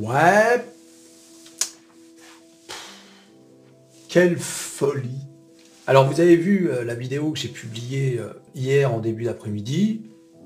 Ouais. Quelle folie. Alors vous avez vu la vidéo que j'ai publiée hier en début d'après-midi,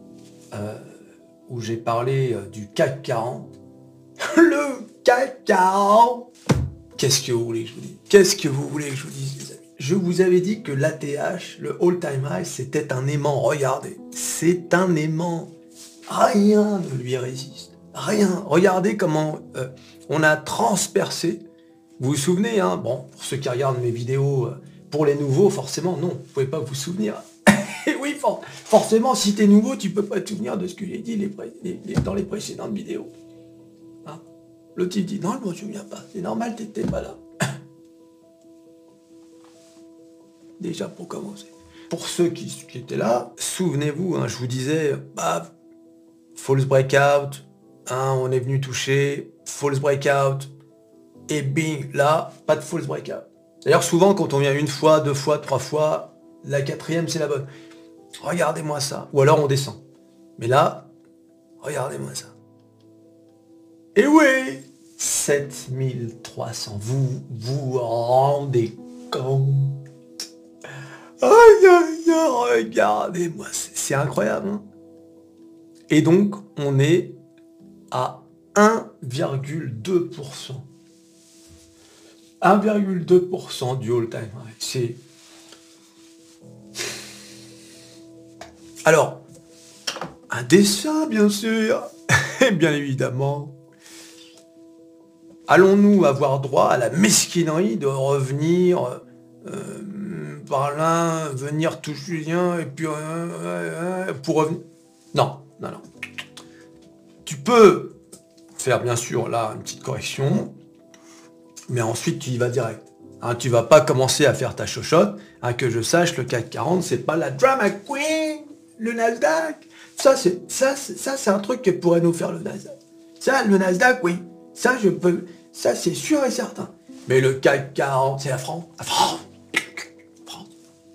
où j'ai parlé du CAC 40. Le CAC 40. Qu'est-ce que vous voulez que je vous dise? Qu'est-ce que vous voulez que je vous dise, les amis? Je vous avais dit que l'ATH, le all-time high, c'était un aimant. Regardez, c'est un aimant. Rien ne lui résiste. Rien. Regardez comment on a transpercé. Vous vous souvenez, hein? Bon, pour ceux qui regardent mes vidéos, pour les nouveaux, forcément, non, vous ne pouvez pas vous souvenir. Et oui, forcément, si tu es nouveau, tu peux pas te souvenir de ce que j'ai dit dans les précédentes vidéos. Hein? Le type dit, non, je ne me souviens pas, c'est normal, tu n'étais pas là. Déjà, pour commencer. Pour ceux qui étaient là, souvenez-vous, hein, je vous disais, bah, false breakout, hein, on est venu toucher, false breakout, et bing, là, pas de false breakout. D'ailleurs, souvent, quand on vient une fois, deux fois, trois fois, la quatrième, c'est la bonne. Regardez-moi ça. Ou alors, on descend. Mais là, regardez-moi ça. Et oui, 7300. Vous vous rendez compte? Aïe, aïe, aïe, regardez-moi. C'est incroyable, hein? Et donc, on est à 1,2%. 1,2% du all-time high. C'est... Alors, un dessin, bien sûr, et bien évidemment. Allons-nous avoir droit à la mesquinerie de revenir par là, venir toucher lien, et puis pour revenir... Non, non, non. Tu peux faire, bien sûr, là, une petite correction, mais ensuite, tu y vas direct. Hein, tu vas pas commencer à faire ta chochotte. Hein, que je sache, le CAC 40, c'est pas la drama queen, le Nasdaq. Ça, c'est un truc que pourrait nous faire le Nasdaq. Ça, le Nasdaq, oui. Ça, je peux... Ça, c'est sûr et certain. Mais le CAC 40, c'est la France. La France. France.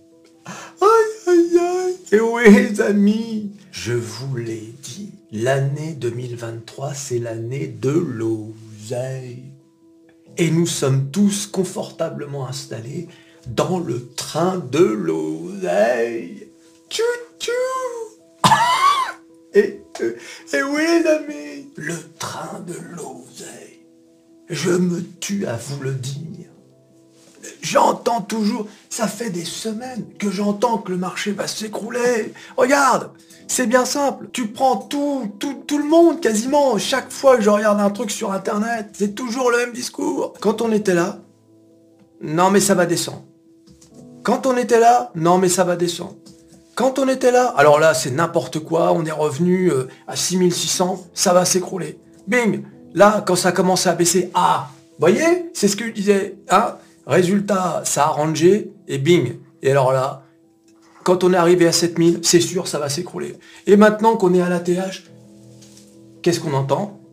Aïe, aïe, aïe. Et oui, les amis, je vous l'ai dit, l'année 2023, c'est l'année de l'oseille. Et nous sommes tous confortablement installés dans le train de l'oseille. Tchou tchou. Et oui, les amis, le train de l'oseille. Je me tue à vous le dire. J'entends toujours, ça fait des semaines que j'entends que le marché va s'écrouler. Regarde, c'est bien simple. Tu prends tout le monde quasiment. Chaque fois que je regarde un truc sur Internet, c'est toujours le même discours. Quand on était là, non mais ça va descendre. Quand on était là, non mais ça va descendre. Quand on était là, alors là c'est n'importe quoi, on est revenu à 6600, ça va s'écrouler. Bing, là quand ça commence à baisser, ah, voyez, c'est ce que je disais, hein. Résultat, ça a rangé, et bing. Et alors là, quand on est arrivé à 7000, c'est sûr, ça va s'écrouler. Et maintenant qu'on est à l'ATH, qu'est-ce qu'on entend?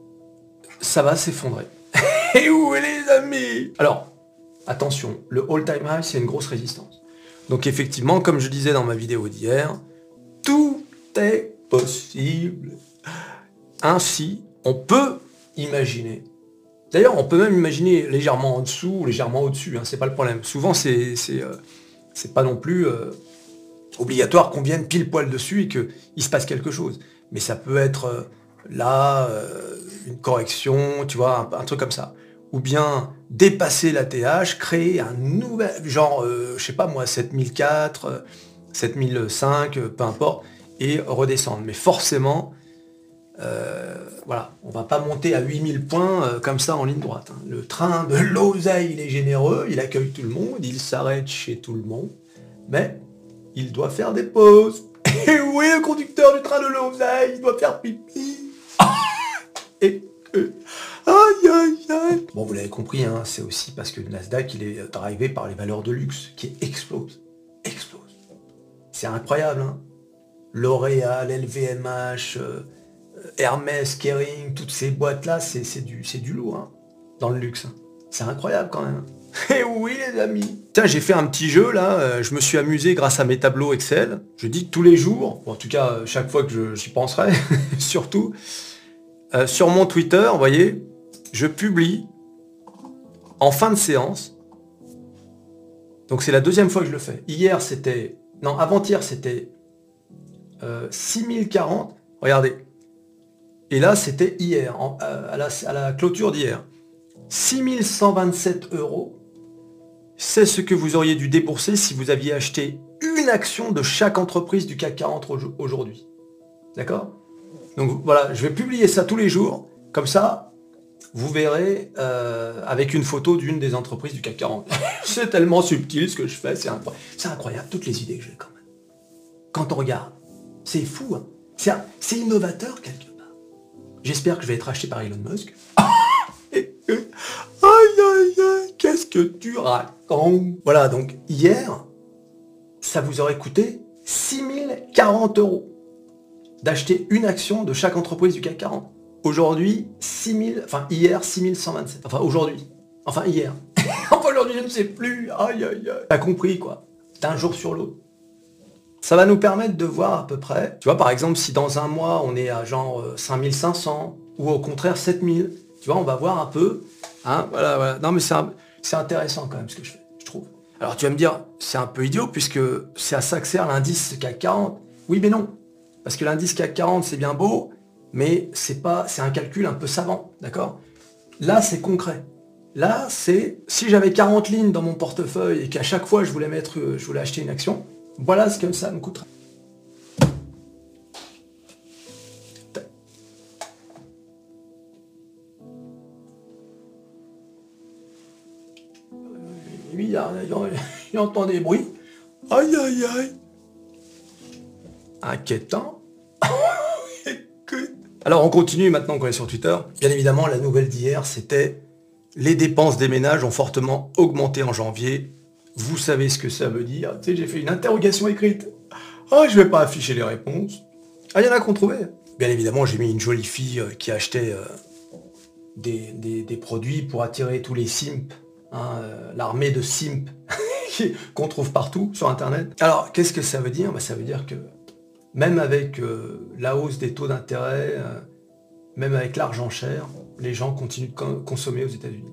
Ça va s'effondrer. Et où les amis? Alors, attention, le all-time high, c'est une grosse résistance. Donc effectivement, comme je disais dans ma vidéo d'hier, tout est possible. Ainsi, on peut imaginer. D'ailleurs, on peut même imaginer légèrement en dessous ou légèrement au-dessus, hein, c'est pas le problème. Souvent, c'est pas non plus obligatoire qu'on vienne pile poil dessus et qu'il se passe quelque chose. Mais ça peut être là, une correction, tu vois, un truc comme ça. Ou bien dépasser l'ATH, créer un nouvel, genre, je sais pas moi, 7004, 7005, peu importe, et redescendre. Mais forcément... voilà, on va pas monter à 8000 points comme ça en ligne droite. Hein. Le train de l'oseille, il est généreux, il accueille tout le monde, il s'arrête chez tout le monde, mais il doit faire des pauses. Et oui, le conducteur du train de l'oseille, il doit faire pipi. Et aïe, aïe, aïe. Bon, vous l'avez compris, hein, c'est aussi parce que le Nasdaq, il est drivé par les valeurs de luxe qui explosent. Explosent. C'est incroyable, hein. L'Oréal, LVMH... Hermès, Kering, toutes ces boîtes-là, c'est du lourd, hein, dans le luxe. Hein. C'est incroyable quand même. Et oui les amis. Tiens, j'ai fait un petit jeu là, je me suis amusé grâce à mes tableaux Excel. Je dis que tous les jours, en tout cas chaque fois que j'y penserai, surtout, sur mon Twitter, vous voyez, je publie en fin de séance. Donc c'est la deuxième fois que je le fais. Hier c'était... Non, avant-hier c'était 6040. Regardez. Et là c'était hier, à la clôture d'hier. 6127 €. C'est ce que vous auriez dû débourser si vous aviez acheté une action de chaque entreprise du CAC 40 aujourd'hui. D'accord? Donc voilà, je vais publier ça tous les jours. Comme ça, vous verrez avec une photo d'une des entreprises du CAC 40. C'est tellement subtil ce que je fais, c'est incroyable, toutes les idées que j'ai quand même. Quand on regarde, c'est fou, hein. C'est innovateur quelque part. J'espère que je vais être acheté par Elon Musk. Aïe aïe aïe, qu'est-ce que tu racontes? Voilà, donc hier, ça vous aurait coûté 6040 € d'acheter une action de chaque entreprise du CAC 40. Aujourd'hui, hier, 6127. Enfin, aujourd'hui. Enfin, hier. Enfin, aujourd'hui, je ne sais plus. Aïe, aïe, aïe. T'as compris, quoi. D'un jour sur l'autre. Ça va nous permettre de voir à peu près. Tu vois, par exemple, si dans un mois, on est à genre 5500, ou au contraire 7000, tu vois, on va voir un peu. Hein, voilà, voilà. Non, mais c'est intéressant quand même ce que je fais, je trouve. Alors, tu vas me dire, c'est un peu idiot, puisque c'est à ça que sert l'indice CAC 40. Oui, mais non. Parce que l'indice CAC 40, c'est bien beau, mais c'est un calcul un peu savant, d'accord? Là, c'est concret. Là, c'est si j'avais 40 lignes dans mon portefeuille et qu'à chaque fois je voulais acheter une action, voilà ce que ça me coûterait. Oui, il entend des bruits. Aïe, aïe, aïe. Inquiétant. Alors on continue maintenant qu'on est sur Twitter. Bien évidemment, la nouvelle d'hier, c'était les dépenses des ménages ont fortement augmenté en janvier. Vous savez ce que ça veut dire. Tu sais, j'ai fait une interrogation écrite. Ah, je vais pas afficher les réponses. Ah, il y en a qu'on trouvait. Bien évidemment, j'ai mis une jolie fille qui achetait des produits pour attirer tous les simps, hein, l'armée de simps qu'on trouve partout sur Internet. Alors, qu'est-ce que ça veut dire? Ça veut dire que même avec la hausse des taux d'intérêt, même avec l'argent cher, les gens continuent de consommer aux États-Unis.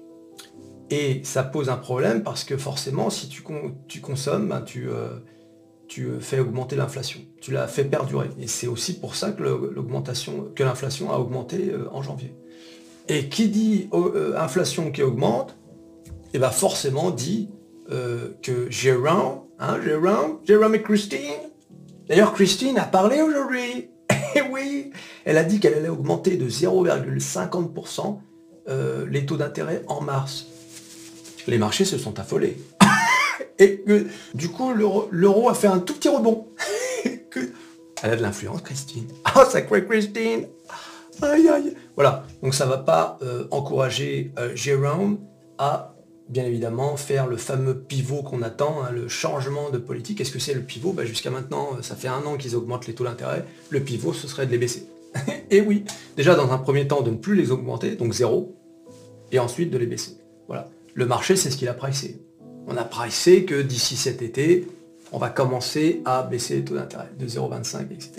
Et ça pose un problème parce que forcément, si tu consommes, tu fais augmenter l'inflation. Tu la fais perdurer. Et c'est aussi pour ça que l'inflation a augmenté en janvier. Et qui dit inflation qui augmente, et ben forcément dit que Jérôme et Christine. D'ailleurs, Christine a parlé aujourd'hui. Eh oui, elle a dit qu'elle allait augmenter de 0,50% les taux d'intérêt en mars. Les marchés se sont affolés. Et du coup, l'euro a fait un tout petit rebond. Elle a de l'influence, Christine. Ah, sacrée Christine. Aïe, aïe. Voilà, donc ça ne va pas encourager Jérôme à, bien évidemment, faire le fameux pivot qu'on attend, hein, le changement de politique. Qu'est-ce que c'est le pivot? Jusqu'à maintenant, ça fait 1 an qu'ils augmentent les taux d'intérêt. Le pivot, ce serait de les baisser. Et oui, déjà dans un premier temps, de ne plus les augmenter, donc 0, et ensuite de les baisser. Voilà. Le marché, c'est ce qu'il a pricé. On a pricé que d'ici cet été, on va commencer à baisser les taux d'intérêt de 0,25, etc.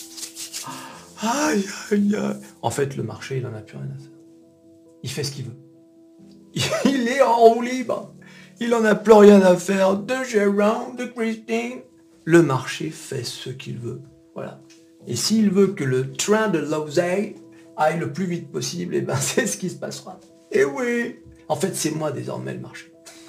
Aïe, aïe, aïe. En fait, le marché, il n'en a plus rien à faire. Il fait ce qu'il veut. Il est en roue libre. Il n'en a plus rien à faire de Jérôme, de Christine. Le marché fait ce qu'il veut. Voilà. Et s'il veut que le train de l'oseille aille le plus vite possible, et ben c'est ce qui se passera. Et oui. En fait, c'est moi désormais le marché.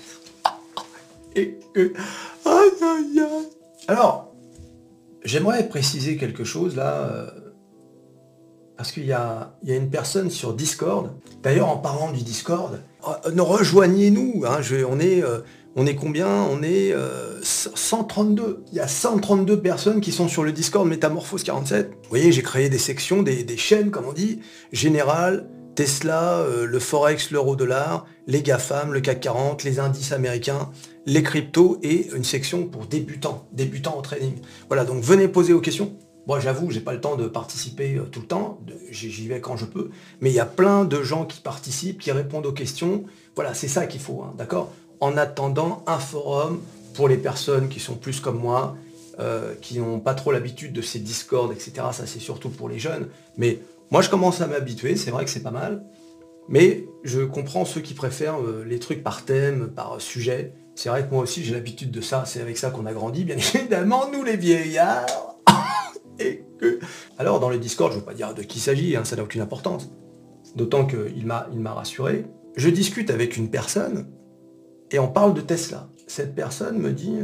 Et que... Aïe, aïe, aïe. Alors, j'aimerais préciser quelque chose là, parce qu'il y a une personne sur Discord. D'ailleurs, en parlant du Discord, rejoignez-nous. Hein, on est combien? On est 132. Il y a 132 personnes qui sont sur le Discord Métamorphose 47. Vous voyez, j'ai créé des sections, des chaînes, comme on dit, Général, Tesla, le Forex, l'euro-dollar, les GAFAM, le CAC 40, les indices américains, les cryptos et une section pour débutants en trading. Voilà, donc venez poser vos questions. Moi, j'avoue, j'ai pas le temps de participer tout le temps, j'y vais quand je peux, mais il y a plein de gens qui participent, qui répondent aux questions. Voilà, c'est ça qu'il faut, hein, d'accord? En attendant, un forum pour les personnes qui sont plus comme moi, qui n'ont pas trop l'habitude de ces Discord, etc. Ça, c'est surtout pour les jeunes. Mais moi, je commence à m'habituer, c'est vrai que c'est pas mal. Mais je comprends ceux qui préfèrent les trucs par thème, par sujet. C'est vrai que moi aussi j'ai l'habitude de ça, c'est avec ça qu'on a grandi, bien évidemment, nous les vieillards. Et que... Alors dans le Discord, je ne veux pas dire de qui il s'agit, hein, ça n'a aucune importance. D'autant qu'il m'a rassuré. Je discute avec une personne et on parle de Tesla. Cette personne me dit,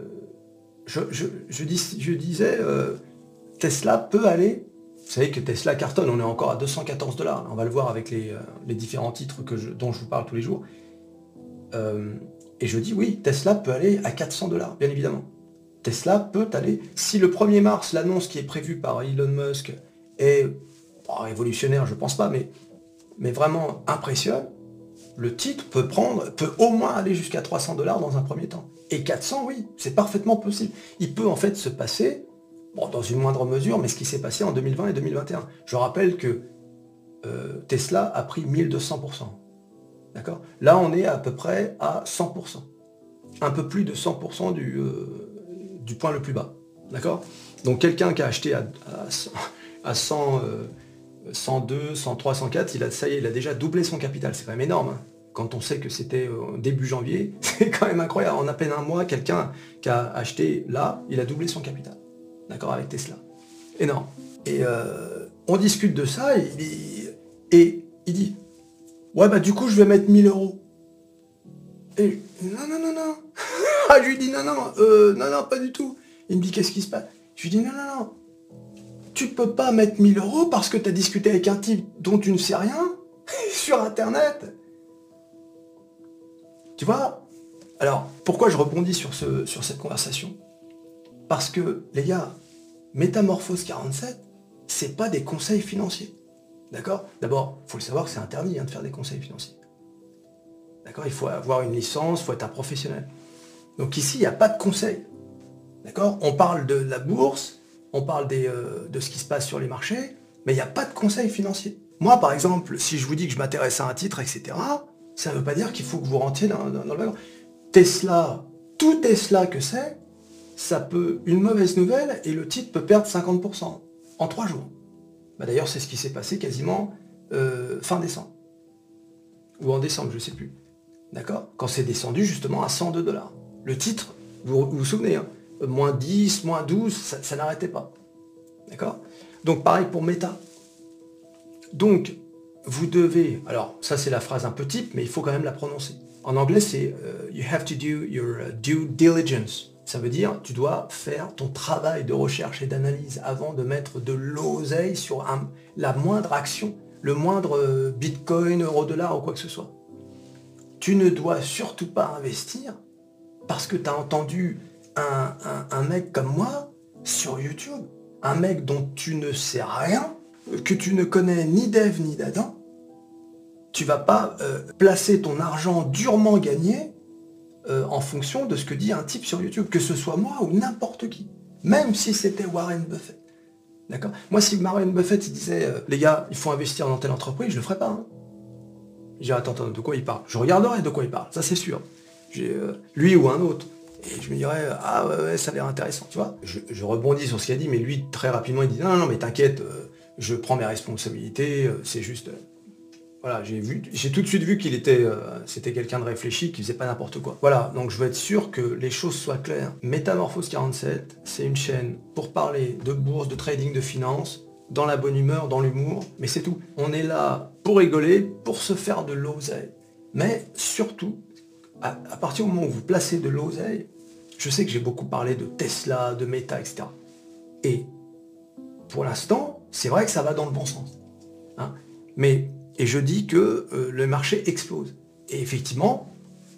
je disais, Tesla peut aller. Vous savez que Tesla cartonne, on est encore à 214 $. On va le voir avec les différents titres dont je vous parle tous les jours. Et je dis oui, Tesla peut aller à 400 $, bien évidemment. Tesla peut aller, si le 1er mars, l'annonce qui est prévue par Elon Musk est révolutionnaire, je pense pas, mais vraiment impressionne, le titre peut au moins aller jusqu'à 300 $ dans un premier temps. Et 400, oui, c'est parfaitement possible. Il peut en fait se passer, bon, dans une moindre mesure, mais ce qui s'est passé en 2020 et 2021. Je rappelle que Tesla a pris 1200%. D'accord ? Là, on est à peu près à 100%. Un peu plus de 100% du point le plus bas. D'accord ? Donc quelqu'un qui a acheté à 100, 102, 103, 104, ça y est, il a déjà doublé son capital. C'est quand même énorme. Hein. Quand on sait que c'était début janvier, c'est quand même incroyable. En à peine un mois, quelqu'un qui a acheté là, il a doublé son capital. D'accord ? Avec Tesla. Énorme. Et on discute de ça et il dit ouais, bah du coup, je vais mettre 1000 €. Et non. Ah, je lui dis non, pas du tout. Il me dit qu'est-ce qui se passe? Je lui dis non. Tu peux pas mettre 1000 € parce que tu as discuté avec un type dont tu ne sais rien sur Internet. Tu vois? Alors, pourquoi je rebondis sur cette conversation? Parce que, les gars, Métamorphose 47, c'est pas des conseils financiers. D'accord? D'abord, il faut le savoir que c'est interdit de faire des conseils financiers. D'accord? Il faut avoir une licence, il faut être un professionnel. Donc ici, il n'y a pas de conseils. D'accord? On parle de la bourse, on parle de ce qui se passe sur les marchés, mais il n'y a pas de conseils financiers. Moi, par exemple, si je vous dis que je m'intéresse à un titre, etc., ça ne veut pas dire qu'il faut que vous rentiez dans le wagon. Tesla, tout Tesla que c'est, ça peut, une mauvaise nouvelle, et le titre peut perdre 50% en 3 jours. Bah d'ailleurs, c'est ce qui s'est passé quasiment fin décembre. Ou en décembre, je ne sais plus. D'accord? Quand c'est descendu justement à 102 $. Le titre, vous vous souvenez, hein, moins 10, moins 12, ça n'arrêtait pas. D'accord? Donc pareil pour Meta. Donc, vous devez... Alors, ça c'est la phrase un peu type, mais il faut quand même la prononcer. En anglais, c'est you have to do your due diligence. Ça veut dire, tu dois faire ton travail de recherche et d'analyse avant de mettre de l'oseille sur la moindre action, le moindre bitcoin, euro-dollar ou quoi que ce soit. Tu ne dois surtout pas investir parce que tu as entendu un mec comme moi sur YouTube, un mec dont tu ne sais rien, que tu ne connais ni d'Ève ni d'Adam. Tu vas pas placer ton argent durement gagné en fonction de ce que dit un type sur YouTube, que ce soit moi ou n'importe qui, même si c'était Warren Buffett. D'accord? Moi, si Warren Buffett il disait les gars, il faut investir dans telle entreprise, je le ferais pas. Hein. Je dirais attends, de quoi il parle? Je regarderai de quoi il parle, ça c'est sûr. Lui ou un autre. Et je me dirais ah ouais, ça a l'air intéressant, tu vois. Je rebondis sur ce qu'il a dit, mais lui très rapidement il dit non mais t'inquiète, je prends mes responsabilités, c'est juste. Voilà, j'ai tout de suite vu qu'il c'était quelqu'un de réfléchi, qui faisait pas n'importe quoi. Voilà, donc je veux être sûr que les choses soient claires. Métamorphose 47, c'est une chaîne pour parler de bourse, de trading, de finance, dans la bonne humeur, dans l'humour, mais c'est tout. On est là pour rigoler, pour se faire de l'oseille. Mais surtout, à partir du moment où vous placez de l'oseille, je sais que j'ai beaucoup parlé de Tesla, de Meta, etc. Et pour l'instant, c'est vrai que ça va dans le bon sens. Hein, et je dis que le marché explose. Et effectivement,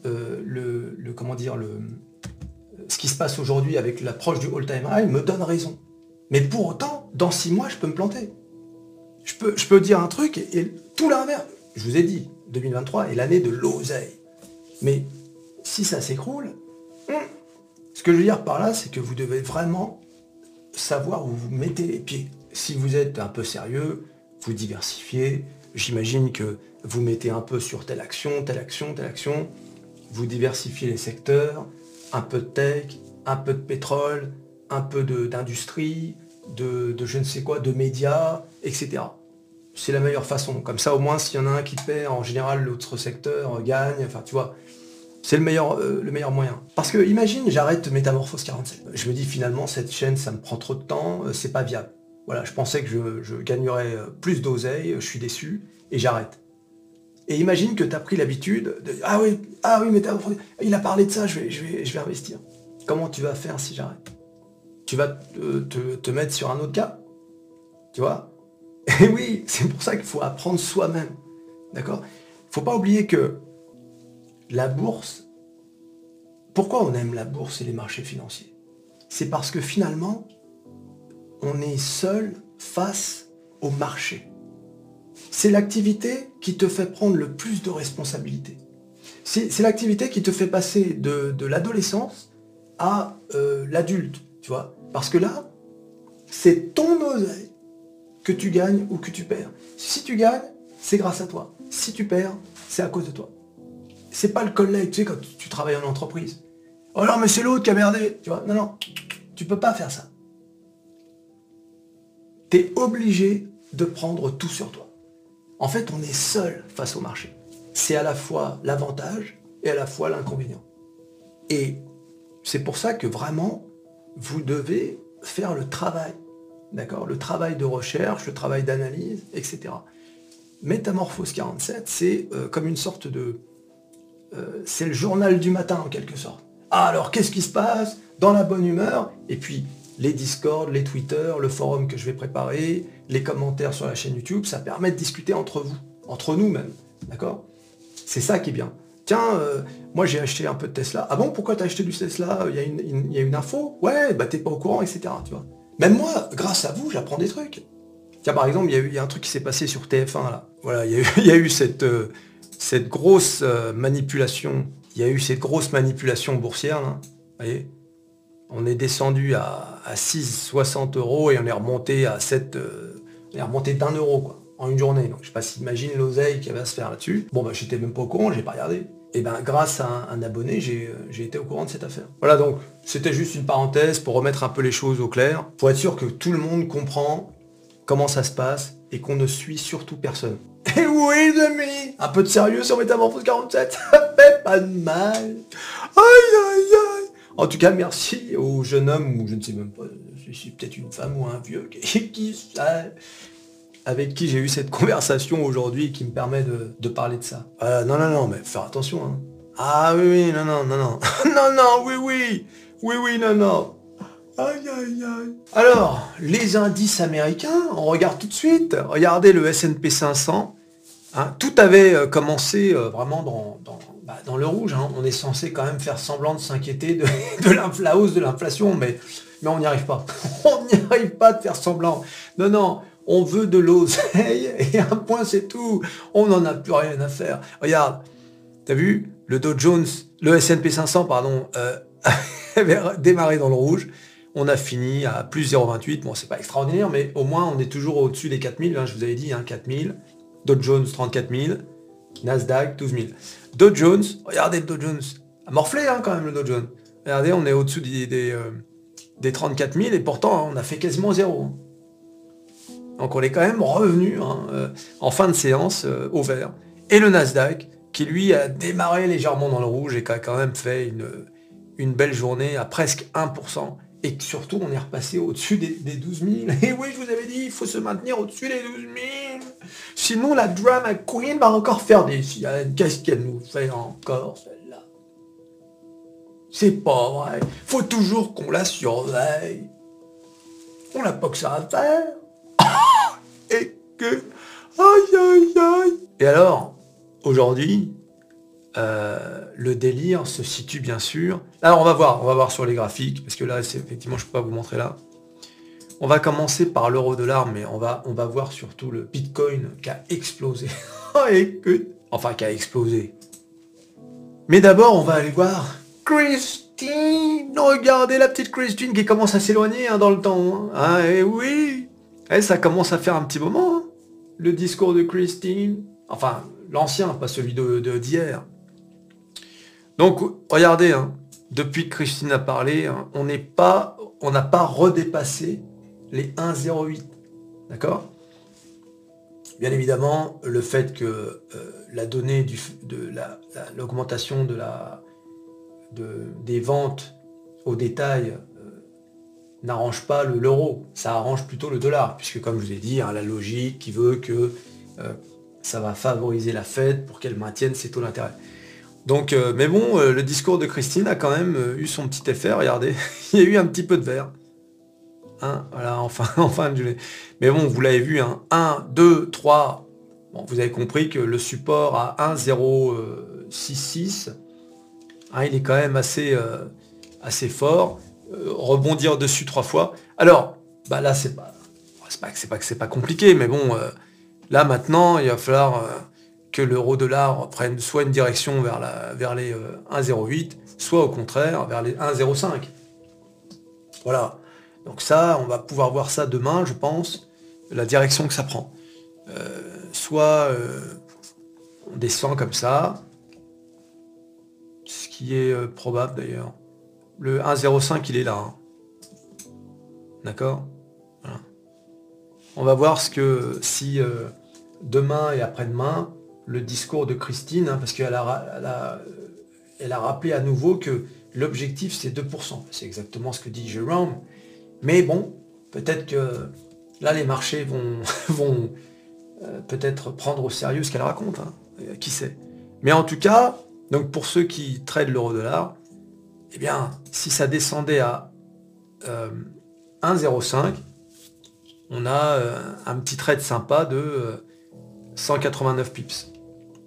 ce qui se passe aujourd'hui avec l'approche du all-time high me donne raison. Mais pour autant, dans 6 mois, je peux me planter. Je peux dire un truc et tout l'inverse. Je vous ai dit, 2023 est l'année de l'oseille. Mais si ça s'écroule, ce que je veux dire par là, c'est que vous devez vraiment savoir où vous mettez les pieds. Si vous êtes un peu sérieux, vous diversifiez. J'imagine que vous mettez un peu sur telle action, vous diversifiez les secteurs, un peu de tech, un peu de pétrole, un peu d'industrie, de je ne sais quoi, de médias, etc. c'est la meilleure façon. Comme ça, au moins, s'il y en a un qui perd, en général, l'autre secteur gagne. Enfin, tu vois, c'est le meilleur moyen. Parce que, imagine, j'arrête Métamorphose 47. Je me dis, finalement, cette chaîne, ça me prend trop de temps, c'est pas viable. Voilà, je pensais que je gagnerais plus d'oseille, je suis déçu, et j'arrête. Et imagine que tu as pris l'habitude de... Ah oui, Métamorphose, il a parlé de ça, je vais investir. Comment tu vas faire si j'arrête? Tu vas te mettre sur un autre cas? Tu vois? Et oui, c'est pour ça qu'il faut apprendre soi-même. D'accord? Il ne faut pas oublier que la bourse, pourquoi on aime la bourse et les marchés financiers? C'est parce que finalement, on est seul face au marché. C'est l'activité qui te fait prendre le plus de responsabilités. C'est l'activité qui te fait passer de l'adolescence à l'adulte, tu vois? Parce que là, c'est ton oseille que tu gagnes ou que tu perds. Si tu gagnes, c'est grâce à toi. Si tu perds, c'est à cause de toi. C'est pas le collègue, tu sais, quand tu travailles en entreprise. Oh non, mais c'est l'autre qui a merdé, tu vois. Non, tu peux pas faire ça. Tu es obligé de prendre tout sur toi. En fait, on est seul face au marché. C'est à la fois l'avantage et à la fois l'inconvénient. Et c'est pour ça que vraiment, vous devez faire le travail. D'accord? Le travail de recherche, le travail d'analyse, etc. Métamorphose 47, c'est comme une sorte de... c'est le journal du matin, en quelque sorte. Ah, alors, qu'est-ce qui se passe? Dans la bonne humeur. Et puis, les Discord, les Twitter, le forum que je vais préparer, les commentaires sur la chaîne YouTube, ça permet de discuter entre vous, entre nous même. D'accord? C'est ça qui est bien. Tiens, moi j'ai acheté un peu de Tesla. Ah bon, pourquoi t'as acheté du Tesla? Il y a une info? Ouais, bah t'es pas au courant, etc. Tu vois? Même moi, grâce à vous, j'apprends des trucs. Tiens, par exemple, il y a un truc qui s'est passé sur TF1, là. Voilà, il y a eu cette grosse manipulation. Il y a eu cette grosse manipulation boursière, là. Vous voyez? On est descendu à 6,60 € et on est remonté à 7... on est remonté d'1 euro, quoi, en une journée. Donc, je sais pas si t'imagines l'oseille qui va se faire là-dessus. Bon, bah, j'étais même pas au courant, j'ai pas regardé. Et ben, grâce à un abonné, j'ai été au courant de cette affaire. Voilà, donc, c'était juste une parenthèse pour remettre un peu les choses au clair, pour être sûr que tout le monde comprend comment ça se passe et qu'on ne suit surtout personne. Et oui, les amis, un peu de sérieux sur Métamorphose 47, ça fait pas de mal. Aïe, aïe, aïe. En tout cas, merci au jeune homme, ou je ne sais même pas, je suis peut-être une femme ou un vieux, avec qui j'ai eu cette conversation aujourd'hui et qui me permet de parler de ça. Non, mais faire attention. Hein. Ah oui, non. non, oui, non. Aïe, aïe, aïe. Alors, les indices américains, on regarde tout de suite. Regardez le S&P 500. Hein, tout avait commencé vraiment dans le rouge. Hein. On est censé quand même faire semblant de s'inquiéter de la hausse de l'inflation, mais on n'y arrive pas. On n'y arrive pas de faire semblant. Non, on veut de l'oseille et un point c'est tout. On n'en a plus rien à faire. Regarde, t'as vu, le Dow Jones, le S&P 500, pardon, avait démarré dans le rouge. On a fini à plus 0,28. Bon, c'est pas extraordinaire, mais au moins on est toujours au-dessus des 4000. Hein, je vous avais dit, hein, 4000. Dow Jones 34 000, Nasdaq 12 000. Dow Jones, regardez le Dow Jones, a morflé hein, quand même le Dow Jones. Regardez, on est au-dessus des 34 000 et pourtant hein, on a fait quasiment zéro. Hein. Donc on est quand même revenu hein, en fin de séance au vert. Et le Nasdaq, qui lui a démarré légèrement dans le rouge et qui a quand même fait une belle journée à presque 1%. Et surtout, on est repassé au-dessus des 12 000. Et oui, je vous avais dit, il faut se maintenir au-dessus des 12 000. Sinon, la drama queen va encore faire des siennes. Qu'est-ce qu'elle nous fait encore, celle-là? C'est pas vrai. Faut toujours qu'on la surveille. On n'a pas que ça à faire. Et que... Aïe. Et alors, aujourd'hui... le délire se situe bien sûr. Alors on va voir sur les graphiques, parce que là, effectivement, je ne peux pas vous montrer là. On va commencer par l'euro-dollar, mais on va voir surtout le Bitcoin qui a explosé. Enfin, qui a explosé. Mais d'abord, on va aller voir Christine. Regardez la petite Christine qui commence à s'éloigner hein, dans le temps. Hein. Ah, et oui. Et ça commence à faire un petit moment. Hein. Le discours de Christine. Enfin, l'ancien, pas celui d'hier. Donc, regardez, hein, depuis que Christine a parlé, hein, on n'a pas redépassé les 1,08. D'accord? Bien évidemment, le fait que la donnée de l'augmentation des ventes au détail n'arrange pas l'euro, ça arrange plutôt le dollar, puisque comme je vous ai dit, hein, la logique qui veut que ça va favoriser la Fed pour qu'elle maintienne ses taux d'intérêt. Donc, mais bon, le discours de Christine a quand même eu son petit effet, regardez, il y a eu un petit peu de vert. Hein, voilà, enfin, mais bon, vous l'avez vu, hein, 1, 2, 3, bon, vous avez compris que le support à 1,066, hein, il est quand même assez fort. Rebondir dessus 3 fois. Alors, bah là, c'est pas que c'est pas compliqué, mais bon, là maintenant, il va falloir que l'euro-dollar prenne soit une direction vers les 1,08, soit au contraire vers les 1,05. Voilà. Donc ça, on va pouvoir voir ça demain, je pense, la direction que ça prend. Soit on descend comme ça, ce qui est probable d'ailleurs. Le 1,05, il est là. Hein. D'accord ? Voilà. On va voir si demain et après-demain, le discours de Christine, hein, parce qu'elle a rappelé à nouveau que l'objectif c'est 2%. C'est exactement ce que dit Jérôme. Mais bon, peut-être que là les marchés vont peut-être prendre au sérieux ce qu'elle raconte. Hein. Qui sait ? Mais en tout cas, donc pour ceux qui tradent l'euro-dollar, eh bien, si ça descendait à 1,05, on a un petit trade sympa de 189 pips. D'accord ?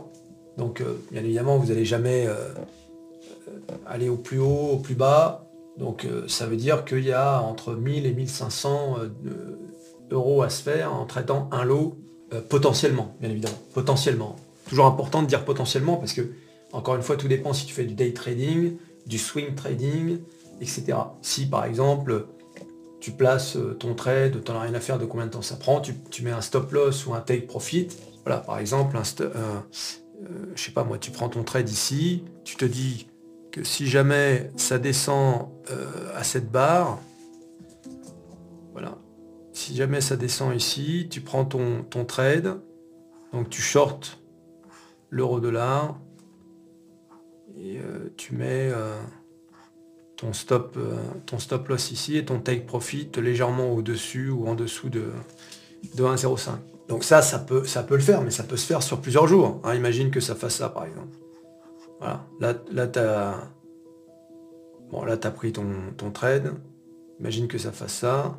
Donc, bien évidemment, vous n'allez jamais aller au plus haut, au plus bas. Donc, ça veut dire qu'il y a entre 1000 et 1500 euros à se faire en traitant un lot, potentiellement, bien évidemment. Potentiellement. Toujours important de dire potentiellement parce que, encore une fois, tout dépend si tu fais du day trading, du swing trading, etc. Si par exemple tu places ton trade, tu n'en as rien à faire de combien de temps ça prend, tu mets un stop loss ou un take profit, voilà, par exemple, je sais pas moi, tu prends ton trade ici, tu te dis que si jamais ça descend à cette barre, voilà, si jamais ça descend ici, tu prends ton trade, donc tu short l'euro-dollar, et tu mets ton stop loss ici et ton take profit légèrement au-dessus ou en dessous de 1,05. Donc ça peut le faire, mais ça peut se faire sur plusieurs jours. Hein. Imagine que ça fasse ça par exemple. Voilà. Là t'as pris ton trade. Imagine que ça fasse ça.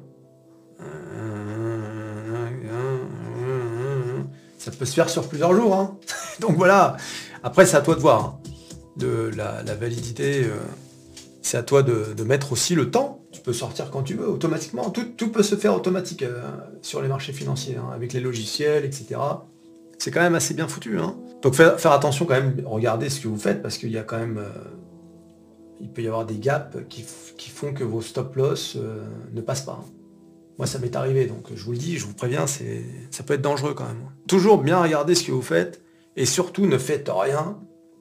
Ça peut se faire sur plusieurs jours. Hein. Donc voilà. Après c'est à toi de voir. Hein. De la validité, c'est à toi de mettre aussi le temps. Tu peux sortir quand tu veux, automatiquement. Tout peut se faire automatique sur les marchés financiers, hein, avec les logiciels, etc. C'est quand même assez bien foutu. Hein. Donc faire attention quand même, regardez ce que vous faites, parce qu'il y a quand même... il peut y avoir des gaps qui font que vos stop loss ne passent pas. Hein. Moi ça m'est arrivé, donc je vous le dis, je vous préviens, ça peut être dangereux quand même. Toujours bien regarder ce que vous faites, et surtout ne faites rien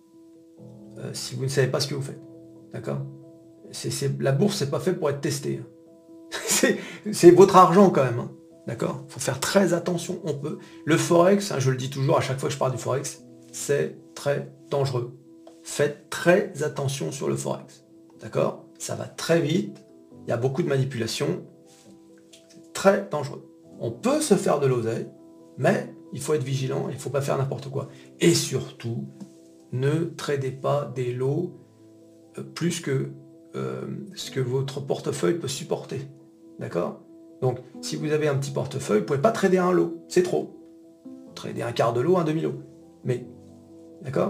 si vous ne savez pas ce que vous faites. D'accord ? La bourse, c'est pas fait pour être testé. C'est votre argent quand même. Hein. D'accord ? Il faut faire très attention. Le forex, hein, je le dis toujours à chaque fois que je parle du forex, c'est très dangereux. Faites très attention sur le forex. D'accord ? Ça va très vite. Il y a beaucoup de manipulations. C'est très dangereux. On peut se faire de l'oseille, mais il faut être vigilant. Il ne faut pas faire n'importe quoi. Et surtout, ne tradez pas des lots plus que ce que votre portefeuille peut supporter. D'accord ? Donc, si vous avez un petit portefeuille, vous ne pouvez pas trader un lot. C'est trop. Trader un quart de lot, un demi-lot. Mais, d'accord ?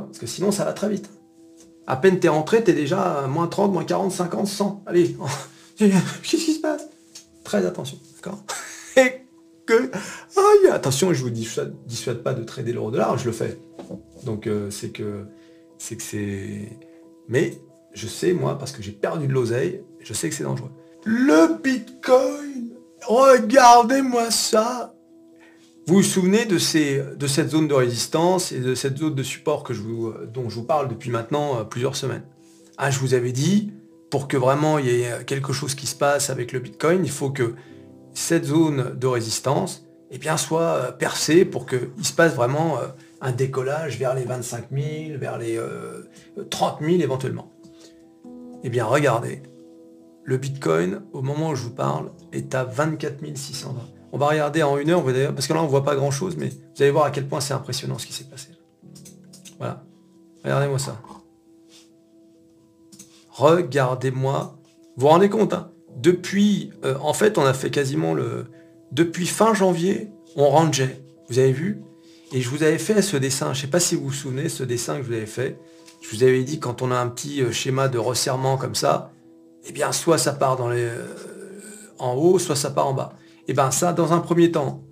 Parce que sinon, ça va très vite. À peine t'es rentré, t'es déjà à moins 30, moins 40, 50, 100. Allez, qu'est-ce qui se passe ? Très attention. D'accord ? Et que... attention, je vous dissuade pas de trader l'euro-dollar, je le fais. Donc, c'est que c'est... Mais je sais, moi, parce que j'ai perdu de l'oseille, je sais que c'est dangereux. Le Bitcoin, regardez-moi ça. Vous vous souvenez de cette zone de résistance et de cette zone de support dont je vous parle depuis maintenant plusieurs semaines. Ah, je vous avais dit, pour que vraiment il y ait quelque chose qui se passe avec le Bitcoin, il faut que cette zone de résistance, eh bien, soit percé pour qu'il se passe vraiment un décollage vers les 25 000, vers les 30 000 éventuellement. Eh bien, regardez, le Bitcoin, au moment où je vous parle, est à 24 620. On va regarder en une heure, parce que là, on ne voit pas grand-chose, mais vous allez voir à quel point c'est impressionnant ce qui s'est passé. Voilà. Regardez-moi ça. Regardez-moi. Vous vous rendez compte, hein? Depuis, en fait, on a fait quasiment depuis fin janvier, on rangeait. Vous avez vu? Et je vous avais fait ce dessin. Je ne sais pas si vous vous souvenez, ce dessin que je vous avais fait. Je vous avais dit, quand on a un petit schéma de resserrement comme ça, eh bien, soit ça part en haut, soit ça part en bas. Et bien, ça, dans un premier temps,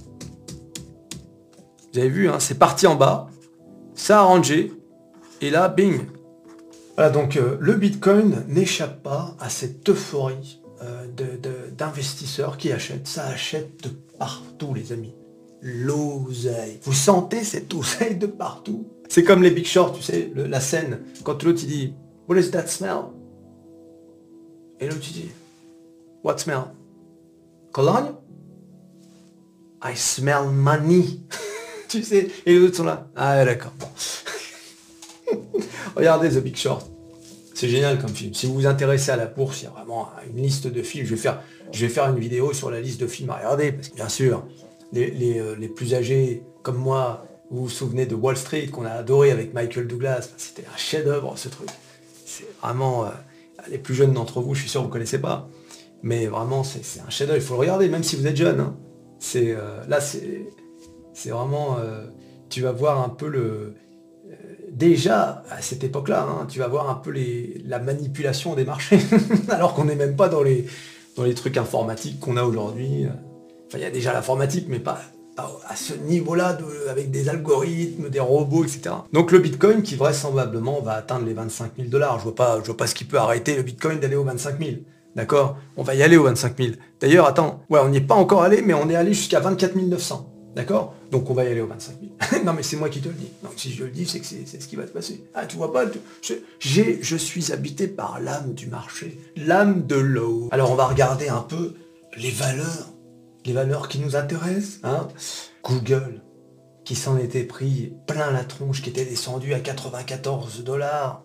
vous avez vu, hein, c'est parti en bas, ça a rangé, et là, bing. Voilà, donc le Bitcoin n'échappe pas à cette euphorie d'investisseurs qui achètent. Ça achète de partout, les amis. L'oseille. Vous sentez cette oseille de partout? C'est comme les Big Short, tu sais, la scène, quand l'autre il dit « What does that smell ?» Et l'autre il dit « What smell? Cologne? I smell money. » Tu sais, et les autres sont là. Ah d'accord, bon. Regardez The Big Short. C'est génial comme film. Si vous vous intéressez à la bourse, il y a vraiment une liste de films. Je vais faire une vidéo sur la liste de films à regarder, parce que bien sûr, les plus âgés comme moi, vous vous souvenez de Wall Street qu'on a adoré avec Michael Douglas. C'était un chef-d'œuvre ce truc. C'est vraiment les plus jeunes d'entre vous, je suis sûr que vous ne connaissez pas. Mais vraiment, c'est un chef-d'œuvre. Il faut le regarder, même si vous êtes jeune. Hein. Là, c'est vraiment. Tu vas voir un peu déjà, à cette époque-là, hein, tu vas voir un peu la manipulation des marchés, alors qu'on n'est même pas dans les trucs informatiques qu'on a aujourd'hui. Enfin, il y a déjà l'informatique, mais pas à ce niveau-là, avec des algorithmes, des robots, etc. Donc le Bitcoin, qui vraisemblablement va atteindre les 25 000 $. Je vois pas ce qui peut arrêter le Bitcoin d'aller aux 25 000. D'accord? On va y aller aux 25 000. D'ailleurs, attends, ouais, on n'y est pas encore allé, mais on est allé jusqu'à 24 900. D'accord? Donc on va y aller aux 25 000. Non mais c'est moi qui te le dis. Donc si je le dis, c'est que c'est ce qui va se passer. Ah, tu vois pas, je suis habité par l'âme du marché, l'âme de l'eau. Alors on va regarder un peu les valeurs qui nous intéressent. Hein. Google, qui s'en était pris plein la tronche, qui était descendu à 94 $.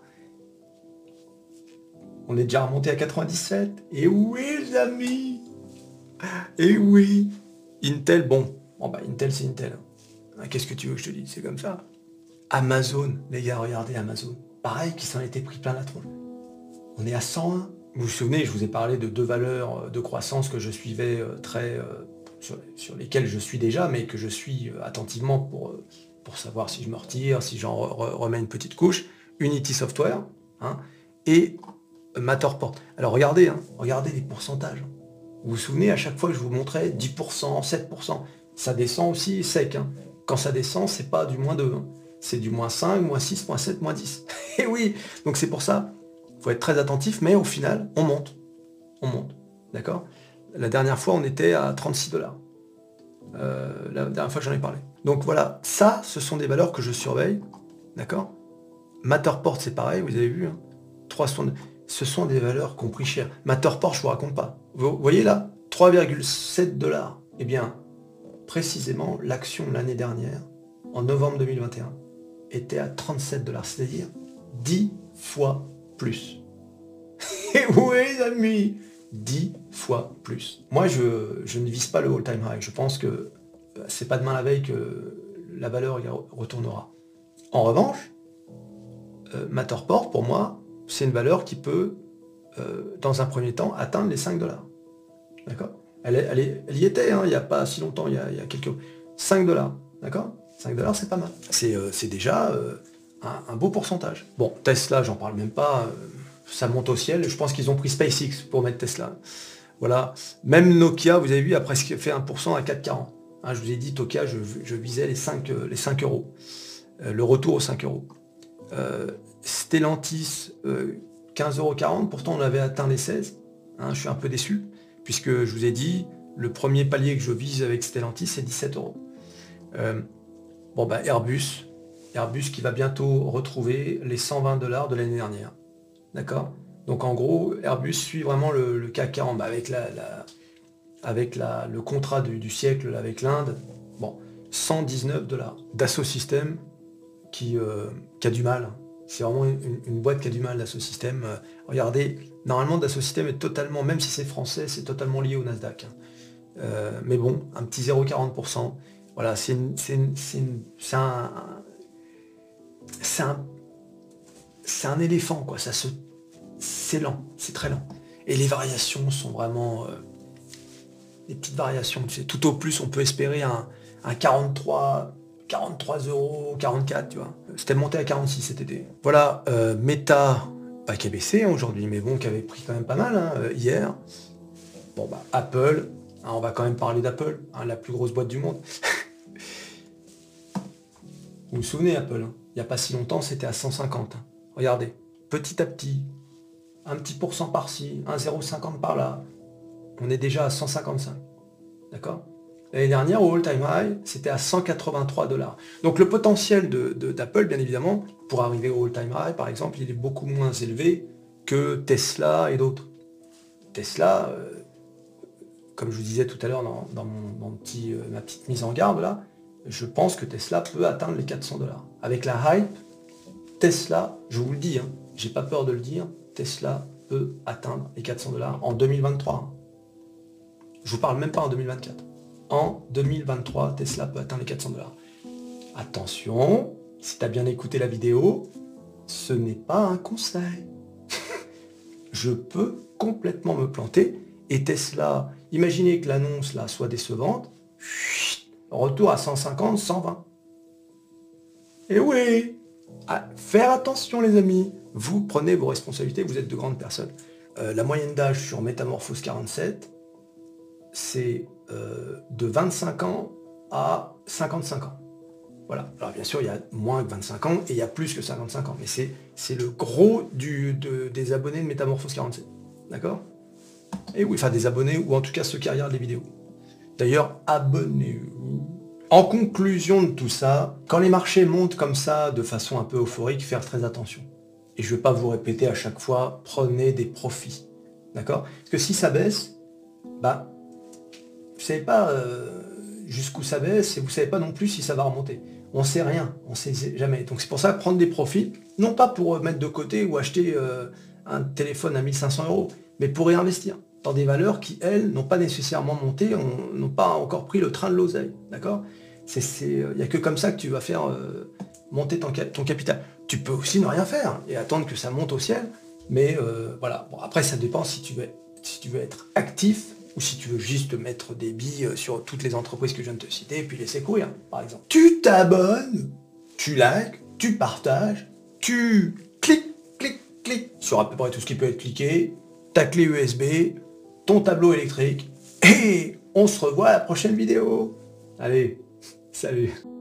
On est déjà remonté à 97. Et oui, les amis. Et oui. Intel, bon. Bon bah Intel c'est Intel. Qu'est-ce que tu veux que je te dise? C'est comme ça. Amazon, les gars, regardez Amazon. Pareil, qui s'en était pris plein la tronche. On est à 101. Vous vous souvenez, je vous ai parlé de 2 valeurs de croissance que je suivais sur lesquelles je suis déjà, mais que je suis attentivement pour savoir si je me retire, si j'en remets une petite couche. Unity Software, hein, et Matterport. Alors regardez, hein, regardez les pourcentages. Vous vous souvenez, à chaque fois que je vous montrais 10%, 7%, ça descend aussi sec. Hein. Quand ça descend, c'est pas du -2, hein. C'est du -5, -6, -7, -10. Et oui, donc c'est pour ça, il faut être très attentif, mais au final, on monte. On monte. D'accord? La dernière fois, on était à 36 $. La dernière fois que j'en ai parlé. Donc voilà, ça, ce sont des valeurs que je surveille. D'accord? Matterport, c'est pareil, vous avez vu. Hein, ce sont des valeurs qui ont pris cher. Matterport, je vous raconte pas. Vous voyez là, 3,7 $. Eh bien, précisément, l'action l'année dernière, en novembre 2021, était à 37 $, c'est-à-dire 10 fois plus. Et oui, les amis, 10 fois plus. Moi, je ne vise pas le all-time high. Je pense que c'est pas demain la veille que la valeur y retournera. En revanche, Matterport, pour moi, c'est une valeur qui peut, dans un premier temps, atteindre les 5 $. D'accord? Elle y était, hein, il n'y a pas si longtemps, il y a quelques... 5 $, d'accord? 5 $, c'est pas mal. C'est déjà un beau pourcentage. Bon, Tesla, j'en parle même pas, ça monte au ciel. Je pense qu'ils ont pris SpaceX pour mettre Tesla. Voilà. Même Nokia, vous avez vu, a presque fait 1% à 4,40. Hein, je vous ai dit, Nokia, je visais les 5 €. Le retour aux 5 €. Stellantis, 15,40 €, pourtant on avait atteint les 16. Hein, je suis un peu déçu, puisque je vous ai dit, le premier palier que je vise avec Stellantis, c'est 17 €. Bon bah Airbus qui va bientôt retrouver les 120 $ de l'année dernière. D'accord? Donc en gros, Airbus suit vraiment le CAC 40, avec avec le contrat du siècle là, avec l'Inde. Bon, 119 $. Dassault Systèmes qui a du mal. C'est vraiment une boîte qui a du mal, Dassault Systèmes. Regardez, normalement Dassault Systèmes est totalement, même si c'est français, c'est totalement lié au Nasdaq. Mais bon, un petit 0,40%. Voilà, c'est un éléphant, quoi. C'est lent, c'est très lent. Et les variations sont vraiment des petites variations. Tu sais, tout au plus, on peut espérer un 43 €, 44, tu vois. C'était monté à 46 cet été. Voilà, Meta, pas qui a baissé aujourd'hui, mais bon, qui avait pris quand même pas mal hier. Bon, bah, Apple, hein, on va quand même parler d'Apple, hein, la plus grosse boîte du monde. Vous vous souvenez, Apple, hein, il n'y a pas si longtemps, c'était à 150. Hein. Regardez, petit à petit, un petit pourcent par-ci, un 0,50 par-là, on est déjà à 155. D'accord? L'année dernière, au all-time high, c'était à 183 $. Donc le potentiel d'Apple, bien évidemment, pour arriver au all-time high, par exemple, il est beaucoup moins élevé que Tesla et d'autres. Tesla, comme je vous disais tout à l'heure dans ma petite mise en garde, là, je pense que Tesla peut atteindre les 400 $. Avec la hype, Tesla, je vous le dis, hein, j'ai pas peur de le dire, Tesla peut atteindre les 400 $ en 2023. Hein. Je vous parle même pas en 2024. En 2023, Tesla peut atteindre les 400 $. Attention, si tu as bien écouté la vidéo, ce n'est pas un conseil. Je peux complètement me planter. Et Tesla, imaginez que l'annonce là soit décevante, retour à 150, 120. Et oui, faire attention les amis, vous prenez vos responsabilités, vous êtes de grandes personnes. La moyenne d'âge sur Métamorphose 47, c'est de 25 ans à 55 ans. Voilà. Alors bien sûr, il y a moins que 25 ans et il y a plus que 55 ans. Mais c'est le gros des abonnés de Métamorphose 47. D'accord? Et oui, enfin des abonnés, ou en tout cas ceux qui regardent les vidéos. D'ailleurs, abonnez-vous. En conclusion de tout ça, quand les marchés montent comme ça, de façon un peu euphorique, faire très attention. Et je ne vais pas vous répéter à chaque fois, prenez des profits. D'accord? Parce que si ça baisse, bah, vous ne savez pas jusqu'où ça baisse et vous ne savez pas non plus si ça va remonter. On ne sait rien, on ne sait jamais. Donc c'est pour ça, prendre des profits, non pas pour mettre de côté ou acheter un téléphone à 1500 €, mais pour réinvestir dans des valeurs qui, elles, n'ont pas nécessairement monté, n'ont pas encore pris le train de l'oseille. D'accord? Il n'y a que comme ça que tu vas faire monter ton capital. Tu peux aussi ne rien faire et attendre que ça monte au ciel, mais voilà. Bon, après, ça dépend si tu veux être actif ou si tu veux juste mettre des billes sur toutes les entreprises que je viens de te citer et puis laisser courir, par exemple. Tu t'abonnes, tu likes, tu partages, tu cliques sur à peu près tout ce qui peut être cliqué, ta clé USB, ton tableau électrique, et on se revoit à la prochaine vidéo. Allez, salut.